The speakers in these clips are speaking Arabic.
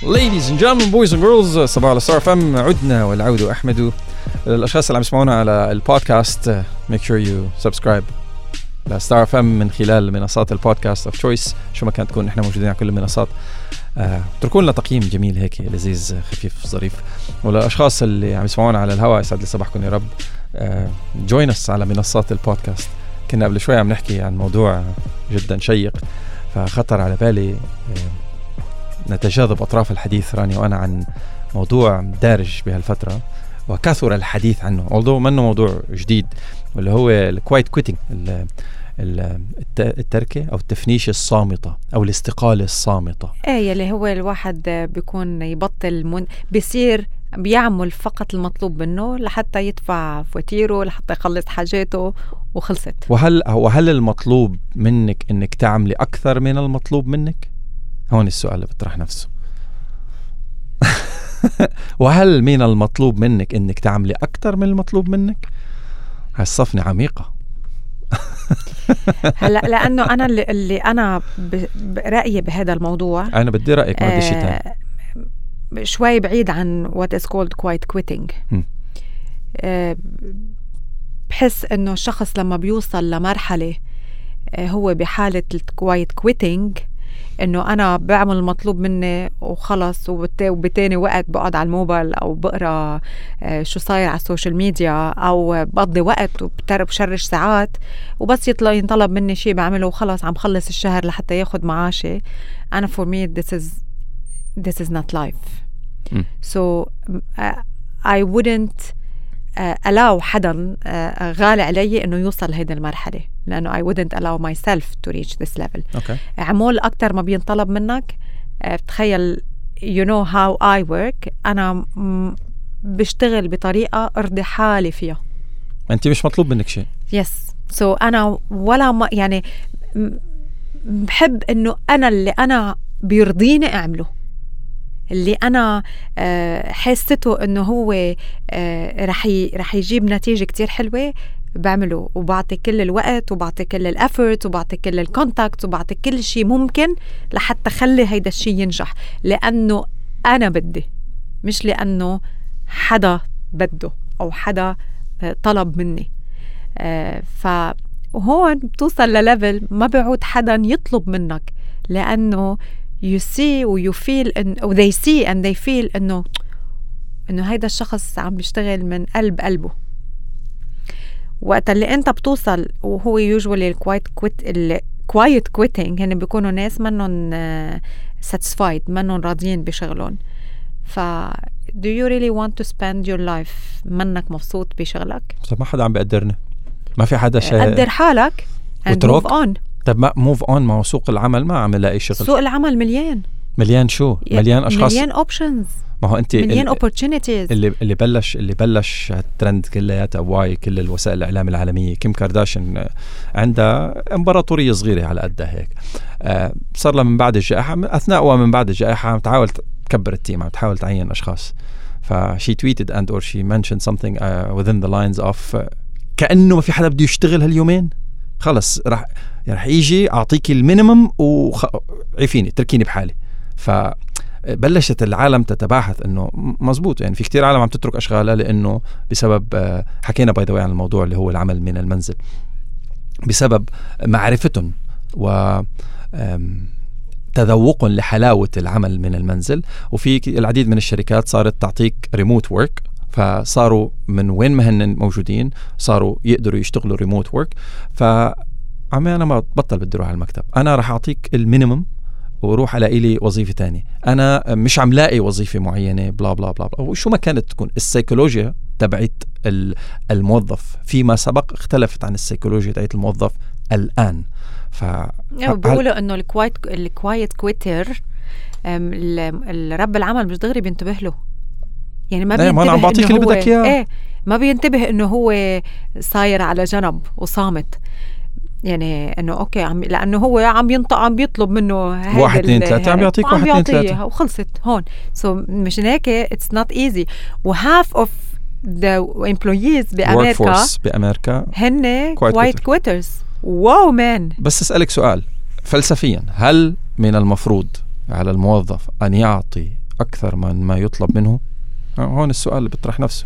Ladies and gentlemen, boys and girls, صباح على ستار FM. عدنا والعود أحمد. الأشخاص اللي عم يسمعونا على البودكاست, make sure you subscribe لستار FM من خلال منصات البودكاست of choice, شو ما كانت تكون. نحن موجودين على كل المنصات. اتركوا لنا تقييم جميل هيك لذيذ خفيف ظريف. وللأشخاص اللي عم يسمعونا على الهواء, يسعد لي صباحكم يا رب. join us على منصات البودكاست. كنا قبل شوي عم نحكي عن موضوع جدا شيق, فخطر على بالي نتجاذب أطراف الحديث راني وأنا عن موضوع دارج بهالفترة وكثر الحديث عنه, although منه موضوع جديد, واللي هو الكوايت كويتنج, التركة أو التفنيش الصامتة أو الاستقالة الصامتة. اللي هو الواحد بيكون يبطل بيصير بيعمل فقط المطلوب منه لحتى يدفع فواتيره, لحتى يخلص حاجاته وخلصت. وهل المطلوب منك إنك تعملي أكثر من المطلوب منك؟ هون السؤال اللي بيطرح نفسه. وهل من المطلوب منك إنك تعملي أكثر من المطلوب منك؟ هالصفنة عميقة. هلا لأنه أنا اللي أنا برأيي بهذا الموضوع, أنا بدي رأيك, ما بدي شيء تاني. شوي بعيد عن what is called quiet quitting. بحس إنه الشخص لما بيوصل لمرحلة هو بحالة quiet quitting, إنه أنا بعمل المطلوب مني وخلص, وبتاني وقت بقعد على الموبايل أو بقرأ شو صاير على السوشيال ميديا, أو بقضي وقت وبشرش ساعات, وبس ينطلب مني شيء بعمله وخلص عم خلص الشهر لحتى ياخد معاشي. أنا for me this is not life. So I wouldn't allow حدا غالي علي إنه يوصل لهيدا المرحلة, لأنه I wouldn't allow myself to reach this level. عمول أكتر ما بينطلب منك. بتخيل you know how I work, أنا بشتغل بطريقة أرضي حالي فيها. أنت مش مطلوب منك شيء. Yes. So أنا يعني بحب إنه أنا اللي أنا بيرضيني أعمله, اللي أنا حسيته إنه هو رح يجيب نتيجة كتير حلوة بعمله, وبعطي كل الوقت وبعطي كل الأفورت وبعطي كل الكونتاكت وبعطي كل شيء ممكن لحتى خلي هيدا الشيء ينجح, لأنه أنا بدي, مش لأنه حدا بده أو حدا طلب مني. فهون بتوصل لليفل ما بيعود حدا يطلب منك, لأنه you see و you feel and they see and they feel إنه هيدا الشخص عم بيشتغل من قلبه. وقت اللي أنت بتوصل, وهو usually quiet quitting, هن بيكونوا ناس منهم satisfied, منهم راضيين بشغلهم. do you really want to spend your life منك مبسوط بشغلك؟ طب ما حدا عم بيقدرني, ما في حدا شيء. قدر حالك and move on. طب ما موف اون, ما هو سوق العمل ما عم يلاقي شغل. سوق العمل مليان شو مليان اشخاص, مليان اوبشنز, ما هو انت مليان اوبورتونيتيز. اللي بلش هالترند كلياته واي, كل الوسائل الاعلام العالميه. كيم كارداشيان عندها امبراطوريه صغيره على قدها هيك, صار لها من بعد الجائحه, اثناء ومن بعد الجائحه عم تحاول تكبر التيم, عم تحاول تعين اشخاص. فشي tweeted and or she mentioned something within the lines of كأنه ما في حدا بده يشتغل هاليومين, خلص رح يجي أعطيك المينيمم وعيفيني تركيني بحالي. فبلشت العالم تتباحث إنه مزبوط, يعني في كتير عالم عم تترك أشغالها لأنه بسبب حكينا باي ذا واي عن الموضوع اللي هو العمل من المنزل, بسبب معرفتهم و تذوق لحلاوة العمل من المنزل. وفي العديد من الشركات صارت تعطيك ريموت ورك, فصاروا من وين ما هن موجودين صاروا يقدروا يشتغلوا ريموت ورك. أنا ما بطل بدي أروح على المكتب, أنا رح أعطيك المينيمم وروح ألاقي لي وظيفة تانية, أنا مش عم لاقي وظيفة معينة بلا بلا بلا, وشو ما كانت تكون. السيكولوجيا تبعت الموظف فيما سبق اختلفت عن السيكولوجيا تبعت الموظف الآن. بيقولوا إنه الكوايت كويتر الرب العمل مش دغري بينتبه له, يعني ما بينتبه. أنا عم بعطيك اللي بدك إياه. ما بينتبه إنه هو صاير على جنب وصامت, يعني إنه أوكي لأنه هو عم بيطلب منه 1 2 3 عم يعطيك 1 2 3 وخلصت هون. مش هيك it's not easy. وhalf of the employees بأمريكا هن quiet quitters. واو مان. بس أسألك سؤال فلسفيا, هل من المفروض على الموظف أن يعطي أكثر من ما يطلب منه؟ هون السؤال اللي بيطرح نفسه.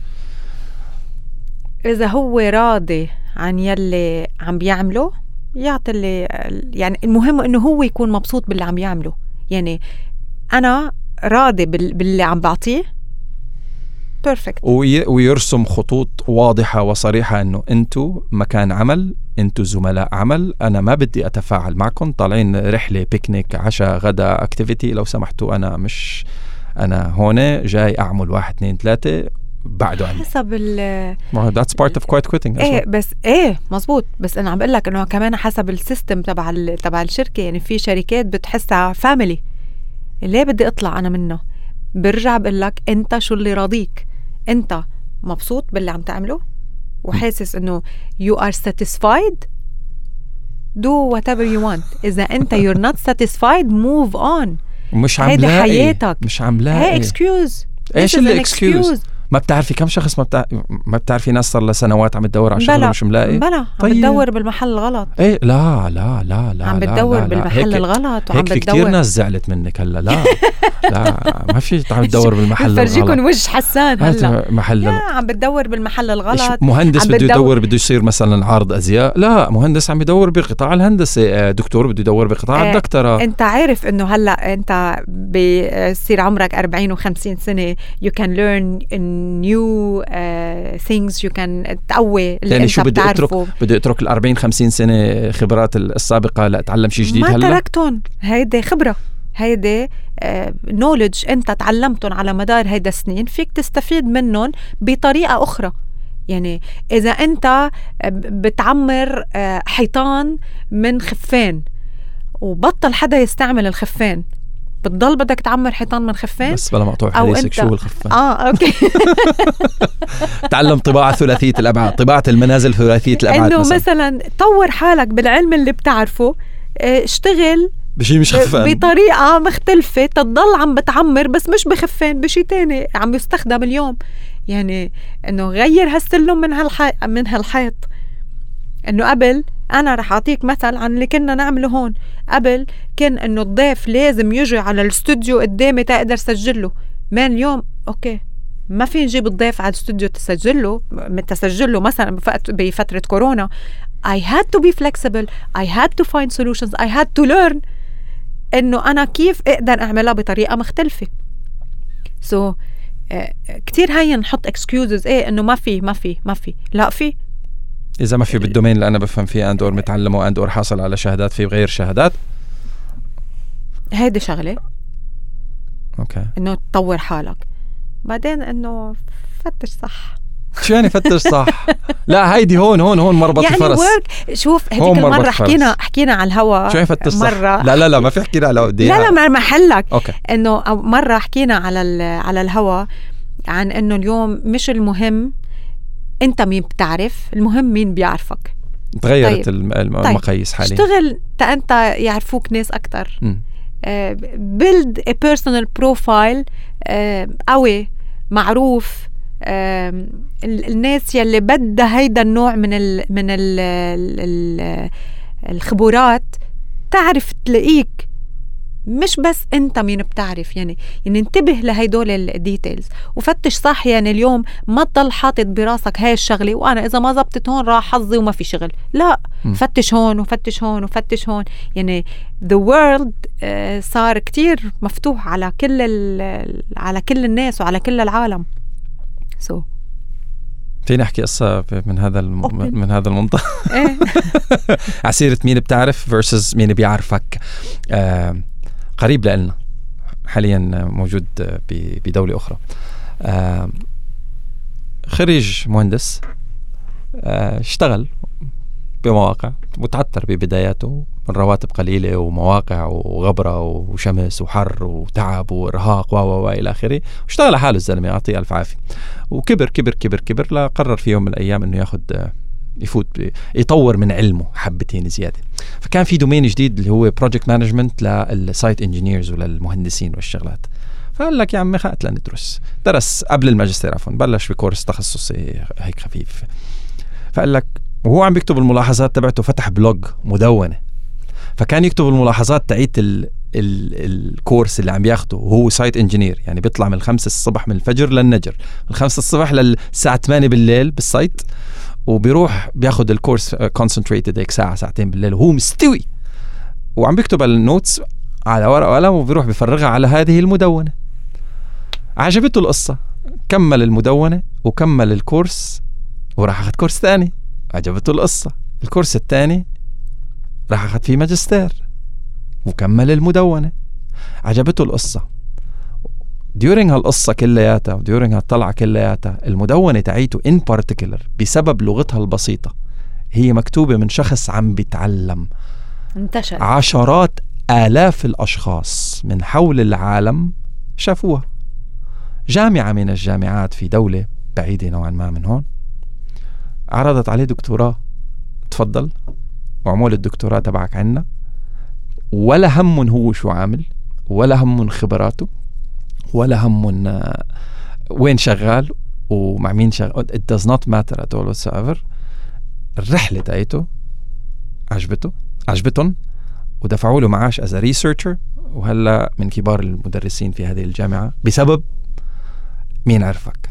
إذا هو راضي عن يلي عم بيعمله يعطي اللي يعني المهم إنه هو يكون مبسوط باللي عم بيعمله. يعني أنا راضي باللي عم بعطيه بيرفكت. ويرسم خطوط واضحة وصريحة إنه أنتوا مكان عمل، أنتوا زملاء عمل، أنا ما بدي أتفاعل معكم، طالعين رحلة بيكنيك عشاء غدا أكتيفيتي، لو سمحتوا أنا هون جاي أعمل 1 2 3 بعده عني. حسب that's part of quiet quitting. بس مزبوط. بس أنا عم بقول لك إنه كمان حسب السيستم تبع الشركة. يعني في شركات بتحسها فاميلي، ليه بدي أطلع أنا منه؟ برجع بقول لك أنت شو اللي راضيك؟ أنت مبسوط باللي عم تعمله وحاسس إنه you are satisfied, do whatever you want. إذا أنت you're not satisfied move on. مش عم لاقي حياتك، مش عم لاقي. هي excuse. إيش اللي excuse؟ ما بتعرفي كم شخص ما بتعرفي ناس صار لسنوات عم تدور على شغل مش ملاقي. بلا طيب. عم بتدور بالمحل الغلط. ايه لا عم بتدور بالمحل الغلط. وعم بتدور. كثير ناس زعلت منك هلا. لا ما في عم تدور بالمحل الغلط. فرجيكم وجه حسان هلا. محل عم بتدور بالمحل الغلط. مهندس بده يدور بده يصير مثلا عارض ازياء، لا مهندس عم يدور بقطاع الهندسه، دكتور بده يدور بقطاع الدكتوراه. انت عارف انه هلا انت بصير عمرك 40 و50 سنه you can learn new things you can تقوي اللي انت بتعرفه. بدي اترك ال40-50 سنه خبرات السابقه لاتعلم شيء جديد؟ هلا ما تركتهم، هيدي خبره، هيدي knowledge انت تعلمتهم على مدار هيدا السنين، فيك تستفيد منهم بطريقه اخرى. يعني اذا انت بتعمر حيطان من خفين وبطل حدا يستعمل الخفين، بتضل بدك تعمر حيطان من خفين؟ بس بلا مقطوع حديثك، شو الخفان؟ اوكي. تعلم طباعة ثلاثية الأبعاد، طباعة المنازل ثلاثية الأبعاد. إنه مثلا طور حالك بالعلم اللي بتعرفه، اشتغل بشي مش خفان بطريقة مختلفة، تضل عم بتعمر بس مش بخفين، بشي تاني عم يستخدم اليوم. يعني إنه غير هالسلم من هالحيط. إنه قبل أنا رح أعطيك مثل عن اللي كنا نعمله هون. قبل كان إنه الضيف لازم يجي على الاستوديو قدامي تقدر سجله. من اليوم أوكي ما في نجيب الضيف على الاستوديو تسجله مثلا بفترة كورونا. I had to be flexible, I had to find solutions, I had to learn إنه أنا كيف أقدر أعملها بطريقة مختلفة. so كتير هين نحط excuses إنه ما في لا في. إذا ما في بالدومين اللي أنا بفهم فيه أندور متعلمه وأندور حاصل على شهادات فيه غير شهادات، هيدي شغلة أوكي. إنه تطور حالك بعدين إنه فتش صح. شو يعني فتش صح؟ لا هيدي هون مربط يعني الفرس. شوف هديك المرة حكينا على الهوا. شو يعني فتش صح؟ مرة لا ما في حكينا على لا ما محلك. أوكي. إنه مرة حكينا على الهوا عن إنه اليوم مش المهم أنت مين بتعرف، المهم مين بيعرفك. تغيرت المقاييس حاليا. اشتغل أنت يعرفوك ناس أكتر. build a personal profile قوي معروف. الناس يلي بدها هيدا النوع من الخبرات تعرف تلاقيك، مش بس انت مين بتعرف. يعني انتبه لهيدول الديتيلز وفتش صح. يعني اليوم ما تضل حاطط براسك هاي الشغلة وانا اذا ما زبطت هون راح حظي وما في شغل. لا فتش هون وفتش هون وفتش هون. يعني the world صار كتير مفتوح على كل الناس وعلى كل العالم. فيني أحكي قصة من هذا المنطق؟ عسيرة مين بتعرف versus مين بيعرفك. قريب لنا حاليا موجود بدولة أخرى، خريج مهندس، اشتغل بمواقع، متعثر ببداياته من رواتب قليلة ومواقع وغبرة وشمس وحر وتعب وإرهاق وإلى آخره، واشتغل على حاله الزلمة يعطيه ألف عافية. وكبر كبر كبر كبر لقرر في يوم من الأيام إنه يفوت يطور من علمه حبتين زيادة. فكان في دومين جديد اللي هو project management للسايت انجينيرز وللمهندسين والشغلات. فقال لك يا عمي خلينا ندرس. درس قبل الماجستير عفوا، بلش بكورس تخصصي هيك خفيف. فقال لك وهو عم بيكتب الملاحظات تبعته فتح بلوج مدونة، فكان يكتب الملاحظات تعيت الكورس اللي عم بياخده وهو سايت انجينير، يعني بيطلع من 5 الصبح من الفجر للنجر، من 5 الصبح للساعة 8 بالليل بالسايت، وبيروح بياخد الكورس concentrated هيك ساعة ساعتين بالليل وهو مستوي، وعم بيكتب النوتس على ورقة وقلم وبيروح بيفرغها على هذه المدونة. عجبته القصة، كمل المدونة وكمل الكورس وراح أخذ كورس تاني. عجبته القصة، الكورس التاني راح أخذ فيه ماجستير وكمل المدونة. عجبته القصة. during هالقصة كلياتها during هالطلعة كلياتها المدونة تعيته in particular بسبب لغتها البسيطة، هي مكتوبة من شخص عم بيتعلم. انتشر. عشرات آلاف الأشخاص من حول العالم شافوها. جامعة من الجامعات في دولة بعيدة نوعا ما من هون عرضت عليه دكتوراه، تفضل وعمول الدكتوراه تبعك عنا، ولا هم هو شو عامل، ولا هم خبراته، ولا هم وين شغال ومع مين شغال. It does not matter at all whatsoever. الرحلة تاعته عجبتهم ودفعوا له معاش as a researcher، وهلا من كبار المدرسين في هذه الجامعة بسبب مين عرفك.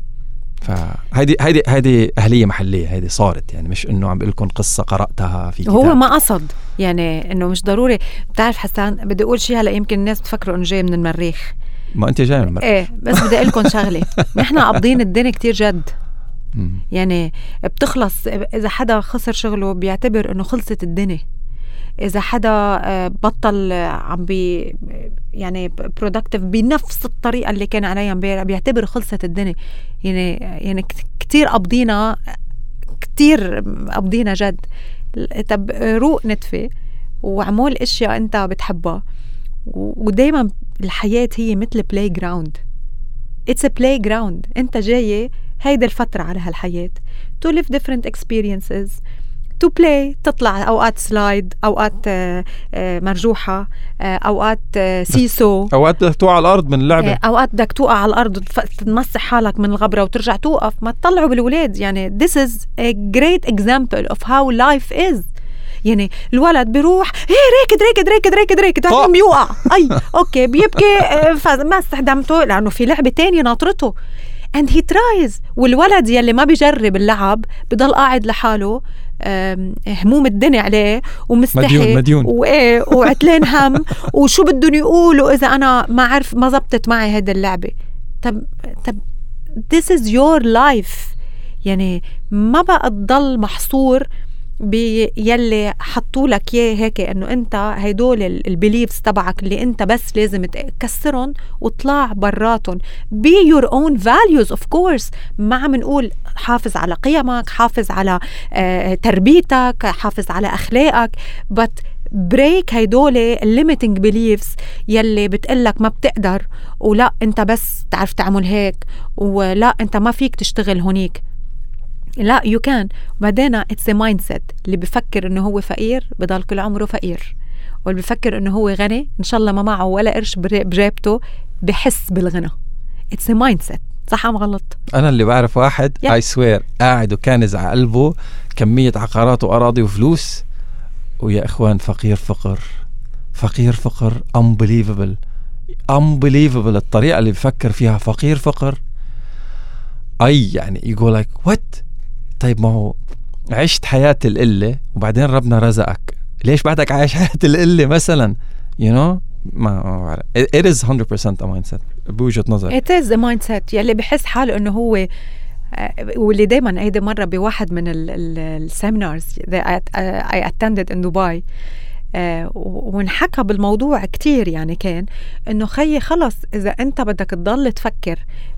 فهيدي أهلية محلية، هيدي صارت، يعني مش إنه عم بقول لكم قصة قرأتها في كتاب. هو ما قصد، يعني إنه مش ضروري. بتعرف حسان، بدي أقول شيء هلا يمكن الناس بتفكروا إنه جاي من المريخ. ما أنت جاي من المريخ. إيه، بس بدي أقول لكم شغلة، نحن قابضين الدنيا كتير جد. يعني بتخلص، إذا حدا خسر شغله بيعتبر إنه خلصت الدنيا. إذا حدا بطل عم يعني productive بنفس الطريقة اللي كان عليها امبارح بيعتبر خلصت الدنيا. يعني كتير قبضينا جد. طب روق نتفة وعمول اشياء انت بتحبها، ودايما الحياة هي مثل play ground. it's a playground. انت جاي هيدا الفترة على هالحياة to live different experiences، to play. تطلع أوقات سلايد، أوقات مرجوحة، أوقات سيسو، أوقات بدك توقع على الأرض من اللعبة، أوقات بدك توقع على الأرض وتمسح حالك من الغبرة وترجع توقف. ما تطلعوا بالولاد. يعني this is a great example of how life is. يعني الولد بيروح راكد بعدين بيوقع. أي أوكي بيبكي، ما استخدمته لأنه في لعبة تانية ناطرته and he tries. والولد يلي ما بيجرب اللعب بضل قاعد لحاله، هموم الدنيا عليه ومستحي مديون. وعتلين هم وشو بدهم يقولوا إذا أنا ما زبطت معي هذه اللعبة. طب this is your life. يعني ما بقى تضل محصور يلي حطوا لك اياه هيك، انه انت هيدول البيليفز تبعك اللي انت بس لازم تكسرهم وطلع براتهم. be your own values of course. ما عم نقول حافظ على قيمك، حافظ على تربيتك، حافظ على اخلاقك، but break هيدول limiting beliefs يلي بتقلك ما بتقدر، ولا انت بس تعرف تعمل هيك، ولا انت ما فيك تشتغل هونيك. لا you can. بعدين it's a mindset. اللي بفكر انه هو فقير بضل كل عمره فقير، واللي بفكر انه هو غني ان شاء الله ما معه ولا قرش بجيبته بحس بالغنى. it's a mindset. صح ام غلط؟ انا اللي بعرف واحد I swear قاعد وكانز على قلبه كمية عقارات وأراضي وفلوس، ويا إخوان فقير فقر unbelievable الطريقة اللي بفكر فيها. فقر يعني يقول like what. طيب ما هو عشت حياة القلة وبعدين ربنا رزقك، ليش بعدك عايش حياة القلة مثلا؟ you know ما it is 100% a mindset بوجهة نظر. it is a mindset يلي بحس حاله انه هو. واللي دايما هيدا مرة بواحد من السيمينارز I attended in Dubai، ونحكى بالموضوع كتير. يعني كان انه خيي خلص إذا انت بدك تضل تفكر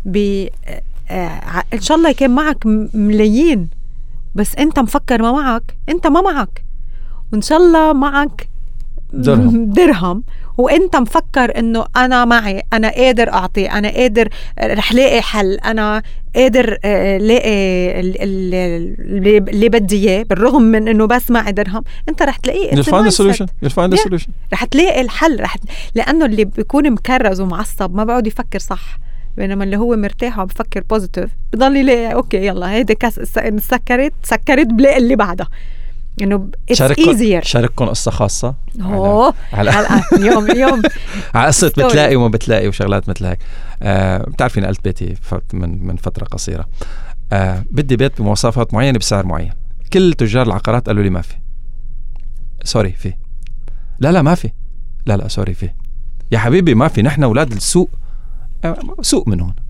إن شاء الله يكون معك ملايين بس أنت مفكر ما معك، أنت ما معك، وإن شاء الله معك درهم وأنت مفكر إنه أنا معي، أنا قادر أعطي، أنا قادر رح لاقي حل، أنا قادر لاقي اللي بدي إياه بالرغم من إنه بس معي درهم. أنت رح تلاقيه you'll find the solution. رح تلاقي الحل. لأنه اللي بيكون مكرز ومعصب ما بقعد يفكر صح، بينما اللي هو مرتاح وبفكر بوزيتيف بضل يلاقي اوكي يلا هيدي كاس سكرت بلاقي اللي بعدها. إنه it's easier. شارككم قصة خاصة على اليوم على قصة بتلاقي وما بتلاقي وشغلات مثل هيك. بتعرفي نقلت بيتي من فترة قصيرة. بدي بيت بمواصفات معينة بسعر معين. كل تجار العقارات قالوا لي ما في. سوري في. لا ما في. لا سوري في. يا حبيبي ما في، نحن أولاد السوق، سوق من هون.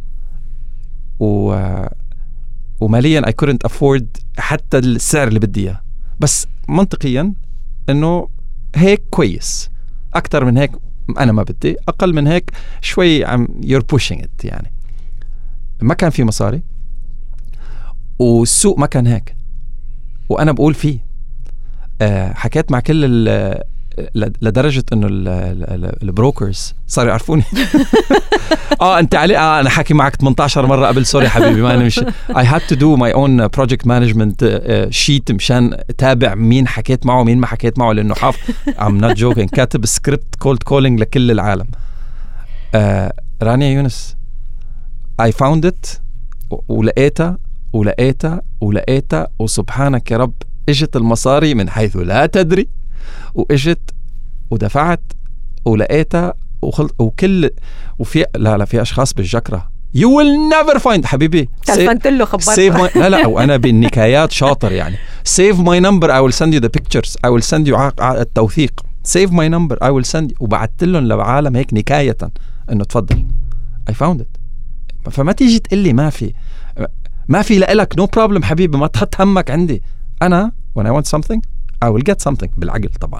وماليا I couldn't afford حتى السعر اللي بدي إياه، بس منطقيا إنه هيك كويس، أكتر من هيك أنا ما بدي، أقل من هيك شوي you're pushing it. يعني ما كان في مصاري والسوق ما كان هيك، وأنا بقول فيه. حكيت مع كل لدرجة إنه البروكرز صاروا يعرفوني. أنت علي أنا حكي معك 18 مرة قبل، سوري حبيبي ما أنا مش I had to do my own project management sheet مشان أتابع مين حكيت معه مين ما حكيت معه، لأنه I'm not joking كاتب سكريبت cold calling لكل العالم. رانيا يونس I found it ولقيتها وسبحانك يا رب اجت المصاري من حيث لا تدري، واجت ودفعت ولقيتها وكل وفي لا في اشخاص بالجكرة you will never find حبيبي. تلفنت له خبرت لا وانا بالنكايات شاطر يعني. save my number I will send you the pictures I will send you التوثيق. save my number I will send you. وبعت لهم للعالم هيك نكاية انه تفضل I found it. فما تيجي تقول لي ما في لك no problem حبيبي، ما تحط همك عندي. أنا when I want something I will get something بالعقل طبعا.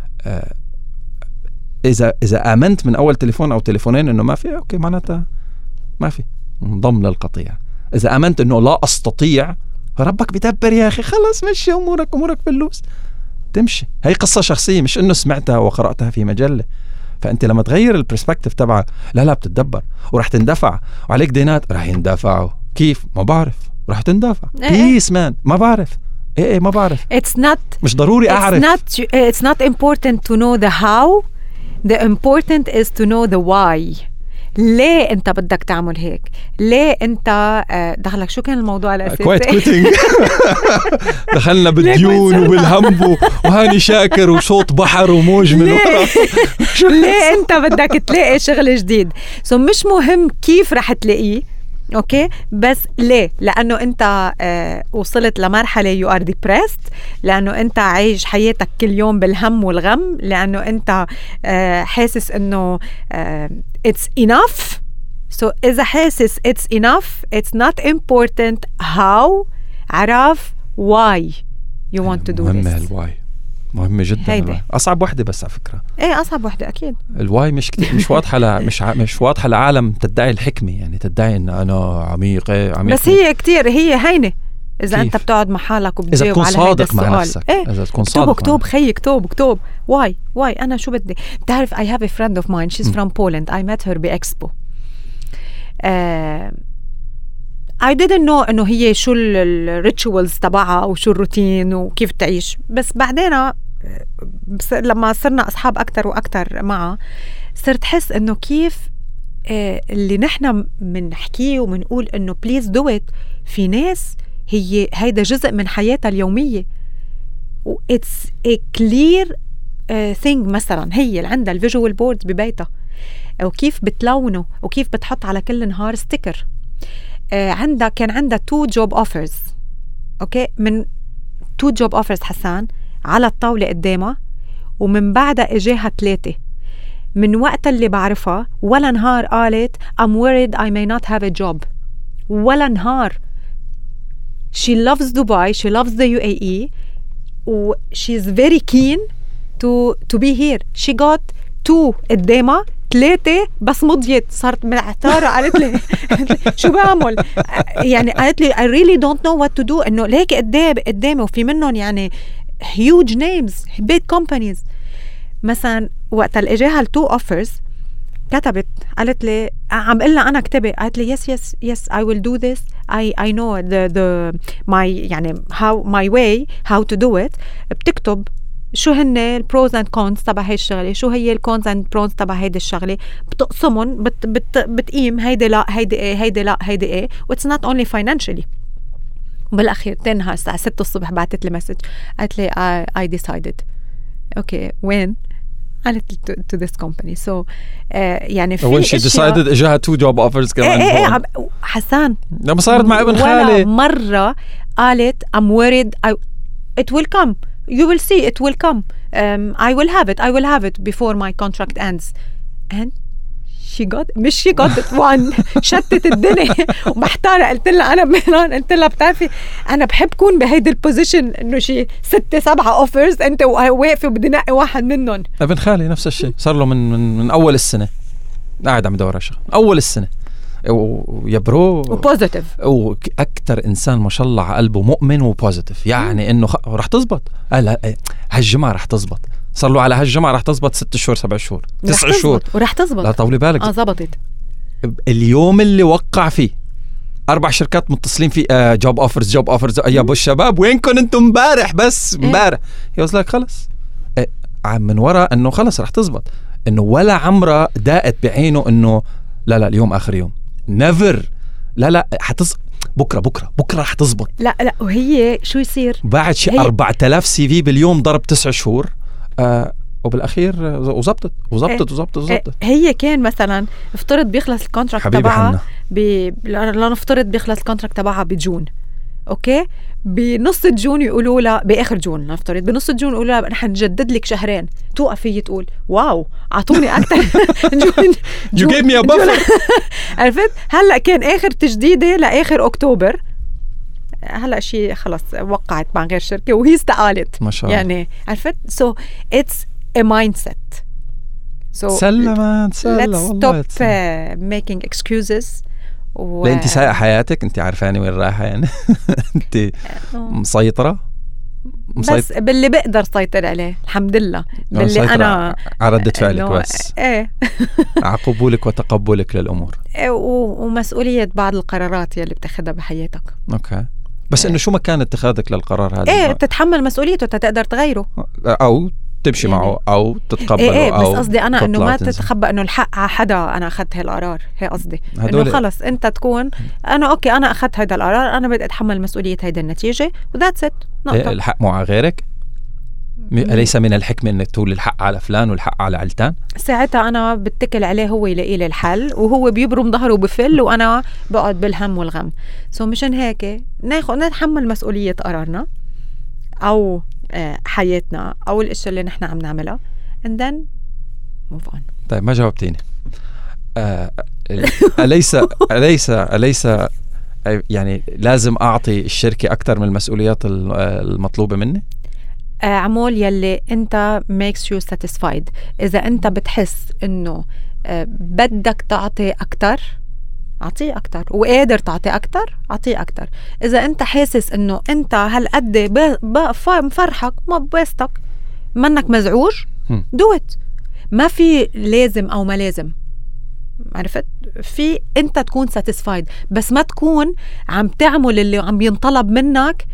إذا آمنت من أول تليفون أو تليفونين إنه ما في، أوكي معناتها ما في، انضم للقطيع. إذا آمنت إنه لا أستطيع، ربك بدبر يا أخي، خلص مشي أمورك فلوس تمشي. هي قصة شخصية مش إنه سمعتها وقرأتها في مجلة. فأنت لما تغير البرسبكتيف تبعك، لا بتتدبر ورح تندفع وعليك دينات رح يندفعوا. كيف؟ ما بعرف، رح تندفع. بيس مان ما بعرف. ايه ما بعرف. مش ضروري اعرف. It's not important to know the how. The important is to know the why. ليه انت بدك تعمل هيك؟ ليه انت دخلك شو كان الموضوع الاساسي؟ كويت كويتنج. دخلنا بالديون وبالهم وهاني شاكر وصوت بحر وموج من ورا. ليه انت بدك تلاقي شغل جديد؟ مش مهم كيف رح تلاقيه، اوكي، بس ليه؟ لانه انت وصلت لمرحله you are depressed، لانه انت عايش حياتك كل يوم بالهم والغم، لانه انت حاسس انه it's enough. اذا حاسس it's enough it's not important how. عرف why you want to do مهمة this. الواي مهمة جدا. أصعب وحدة بس على فكرة. إيه أصعب وحدة أكيد. الواي مش واضحة مش واضحة لعالم تدعي الحكمة، يعني تدعي إن أنا عميق. بس هي كتير هي هينة إذا أنت بتقعد مع حالك وبتجاوب على هذا السؤال. مع نفسك. إيه؟ إذا تكون صادق. اكتب خيي اكتب واي أنا شو بدي. بتعرف I have a friend of mine she's from Poland. I met her بإكسبو. I didn't know إنه هي شو الريتشوالز تبعها وشو الروتين وكيف تعيش، بس بعدين لما صرنا أصحاب أكتر وأكتر معها صرت حس إنه كيف اللي نحنا منحكيه ومنقول إنه please do it، في ناس هيدا جزء من حياتها اليومية و it's a clear thing. مثلا هي اللي عندها الفيجوال بورد ببيتها، وكيف بتلونه وكيف بتحط على كل نهار ستيكر. كان عندها 2 job offers، اوكي، من 2 job offers حسان على الطاولة قدامها، ومن بعدها اجاها 3. من وقت اللي بعرفها ولا نهار قالت I'm worried I may not have a job، ولا نهار. she loves Dubai, she loves the UAE و she's very keen to be here. she got 2 قدامها، 3 بس مضيت، صارت معتارة. قالت لي شو بعمل؟ يعني قالت لي I really don't know what to do. إنه ليك قدامي وفي منهم يعني huge names big companies. مثلا وقت اللي اجاها 2 offers كتبت، قالت لي عم قلنا أنا كتبي، قالت لي yes I will do this. I know the my يعني my way how to do it. بتكتب شو هن البروز اند كونز تبع هاي الشغله، شو هي الكونز اند بروز تبع هيدي الشغله، بتقسمهم، بتقيم هيدي لا هيدي ايه هيدي لا هيدي ايه. واتس نوت اونلي فاينانشلي، وبالاخير تنهار الساعه 6 الصبح بعثت لي مسج قالت لي I decided اوكي وين قالت to this company so يعني في when she decided اجاها 2 job offers كمان. حسان لما صارت مع ابن خالي ولا مرة قالت I'm worried it will come you will see it will come I will have it before my contract ends and she got it one شتت الدنيا ومحتارة. قلت لها أنا بميلان قلت لها بتعرفي أنا بحب كون بهيدي البوزيشن إنه شي 6-7 اوفرز أنت واقفة وبدي نقي واحد منهم. ابن خالي نفس الشيء صار له من أول السنة قاعد عم يدور على شغل أول السنة ويا برو وبوزيتيف وأكتر إنسان ما شاء الله على قلبه مؤمن وبوزيتيف يعني إنه رح تزبط. قال هالجمعة رح تزبط. صار له على هالجمعة رح تزبط 6 شهور 7 شهور 9 شهور ورح تزبط. لا طولي بالك زبطت. اليوم اللي وقع فيه 4 شركات متصلين فيه جوب اوفرز يا ابو الشباب وينكم انتم امبارح بس امبارح يوصلك خلص من وراء انه خلص رح تزبط انه ولا عمره داقت بعينه انه لا اليوم اخر يوم نيفر لا بكره رح تزبط. لا وهي شو يصير بعد شيء 4000 سي في باليوم ضرب 9 شهور وبالاخير وزبطت. هي كان مثلا افترض بيخلص الكونتراكت تبعها لا نفترض بيخلص الكونتراكت تبعها بجون اوكي بنص جون يقولوا لها باخر جون نفترض بنص جون يقولوا لها نحن نجدد لك شهرين توقف هي تقول واو اعطوني اكثر you gave me a buffer. عرفت هلا كان اخر تجديده لاخر اكتوبر هلا شيء خلص وقعت مع غير شركه وهي استقالت ما شاء الله يعني عرفت so it's a mindset so سلم let's stop making excuses لا انت سايقه حياتك انت عارفاني وين رايحه يعني انت مسيطره بس باللي بقدر سيطر عليه الحمد لله باللي انا على ردة فعلك بس ايه على قبولك وتقبلك للامور ومسؤوليه بعض القرارات يلي بتاخذها بحياتك. اوكي بس انه شو مكان اتخاذك للقرار هذا ايه بتتحمل مسؤوليته تقدر تغيره او تمشي يعني معه او تتقبله إيه او بس قصدي انا انه ما تتخبى انه الحق على حدا انا اخذت هالقرار هي قصدي انه خلص انت تكون انا اوكي انا اخذت هذا القرار انا بدي اتحمل مسؤوليه هيدا النتيجه وذاتس ات إيه الحق مو على غيرك أليس من الحكمة انك تقول الحق على فلان والحق على علتان ساعتها انا بتكل عليه هو يلاقي لي الحل وهو بيبرم ظهره وبفل وانا بقعد بالهم والغم مشان هيك نتحمل مسؤوليه قرارنا او حياتنا أو الأشياء اللي نحن عم نعملها and then move on. طيب ما جاوبتيني. أليس يعني لازم أعطي الشركة أكتر من المسؤوليات المطلوبة مني؟ عمول يلي أنت makes you satisfied. إذا أنت بتحس إنه بدك تعطي أكتر أعطيه أكتر وقادر تعطي أكتر أعطيه أكتر. إذا أنت حاسس إنه أنت هالقد مفرحك ما بوستك منك مزعوج دوت ما في لازم أو ما لازم عرفت في أنت تكون satisfied بس ما تكون عم تعمل اللي عم ينطلب منك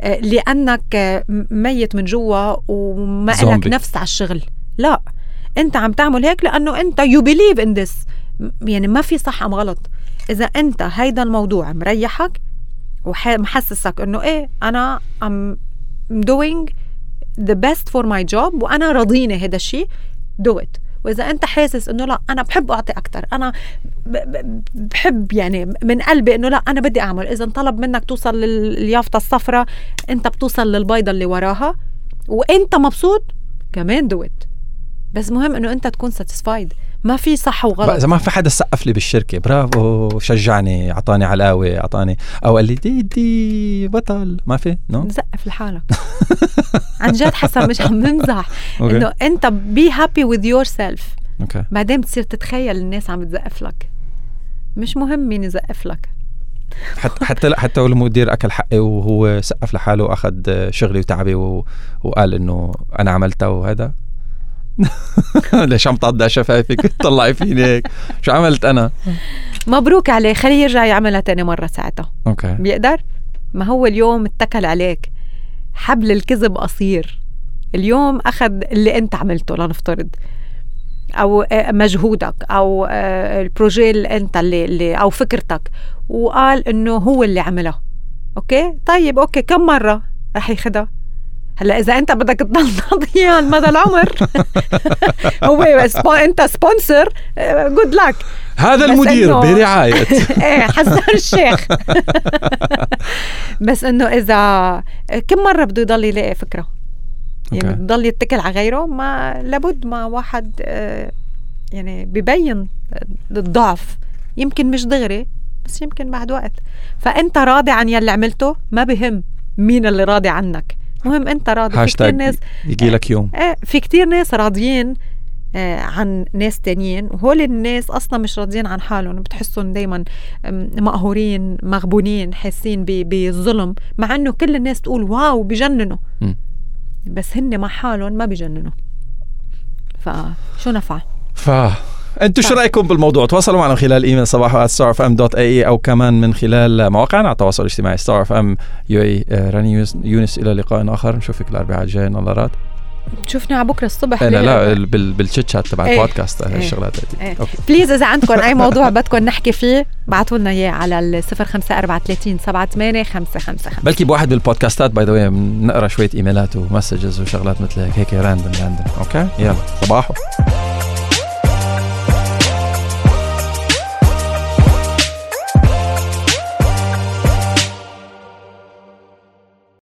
لأنك ميت من جوا وما لك نفس على الشغل. لا أنت عم تعمل هيك لأنه أنت you believe in this يعني ما في صح أم غلط. إذا أنت هيدا الموضوع مريحك ومحسسك إنه إيه أنا I'm doing the best for my job وأنا راضيني هذا الشيء do it. وإذا أنت حاسس إنه لا أنا بحب أعطي أكتر أنا بحب يعني من قلبي إنه لا أنا بدي أعمل إذا طلب منك توصل لليافطة الصفراء أنت بتوصل للبيضة اللي وراها وأنت مبسوط كمان do it. بس مهم إنه أنت تكون satisfied ما في صح وغلط. إذا ما في حدا سقف لي بالشركة برافو شجعني أعطاني علاوة أعطاني أو قال لي دي بطل ما في نزقف لحالك عن جد حسن مش عم نمزح إنه أنت be happy with yourself بعدين بتصير تتخيل الناس عم تزقف لك مش مهم مين يزقف لك. حتى لو المدير أكل حقي وهو سقف لحاله وأخذ شغلي وتعبي وقال إنه أنا عملته وهذا ليش عم تقضي شفايفك طلعي فيني هيك شو عملت أنا مبروك عليه خليه يرجع يعملها تاني مرة ساعتها أوكي. بيقدر ما هو اليوم اتكل عليك حبل الكذب قصير اليوم أخذ اللي أنت عملته لنفترض أو مجهودك أو البروجي اللي أنت اللي أو فكرتك وقال إنه هو اللي عمله اوكي طيب اوكي كم مرة رح ياخدها؟ هلا اذا انت بدك تضل ناضيان مدى العمر هو انت سبونسر جود لك. هذا المدير برعاية ايه حذر الشيخ. بس انه اذا كم مرة بده يضل يلاقي فكرة يعني بضل يتكل على غيره، ما لابد ما واحد يعني ببين الضعف، يمكن مش دغري بس يمكن بعد وقت. فأنت راضي عن يلي عملته، ما بهم مين اللي راضي عنك، مهم أنت راضي. في كتير ناس يجي لك يوم في كتير ناس راضيين عن ناس تانيين، وهول الناس أصلا مش راضيين عن حالهم، بتحسهم دايما مقهورين مغبونين حاسين بالظلم، مع أنه كل الناس تقول واو بيجننوا بس هن مع حالهم ما بيجننوا. فشو نفع؟ انتوا شو رايكم بالموضوع؟ تواصلوا معنا خلال ايميل صباحو@starfm.ae او كمان من خلال مواقعنا على التواصل الاجتماعي Star FM UAE. راني يونس، الى لقاء اخر، نشوفك الاربعاء الجاي نظرات. شوفنا على بكره الصبح. لا بالشات شات تبع البودكاست الشغلات هذه. بليز اذا عندكم اي موضوع بدكم نحكي فيه بعتوا لنا اياه على 0543378555. بلكي بواحد بالبودكاستات باي ذا واي بنقرا شويه ايميلات ومسجز وشغلات مثل هيك راندم. اوكي يلا صباحو.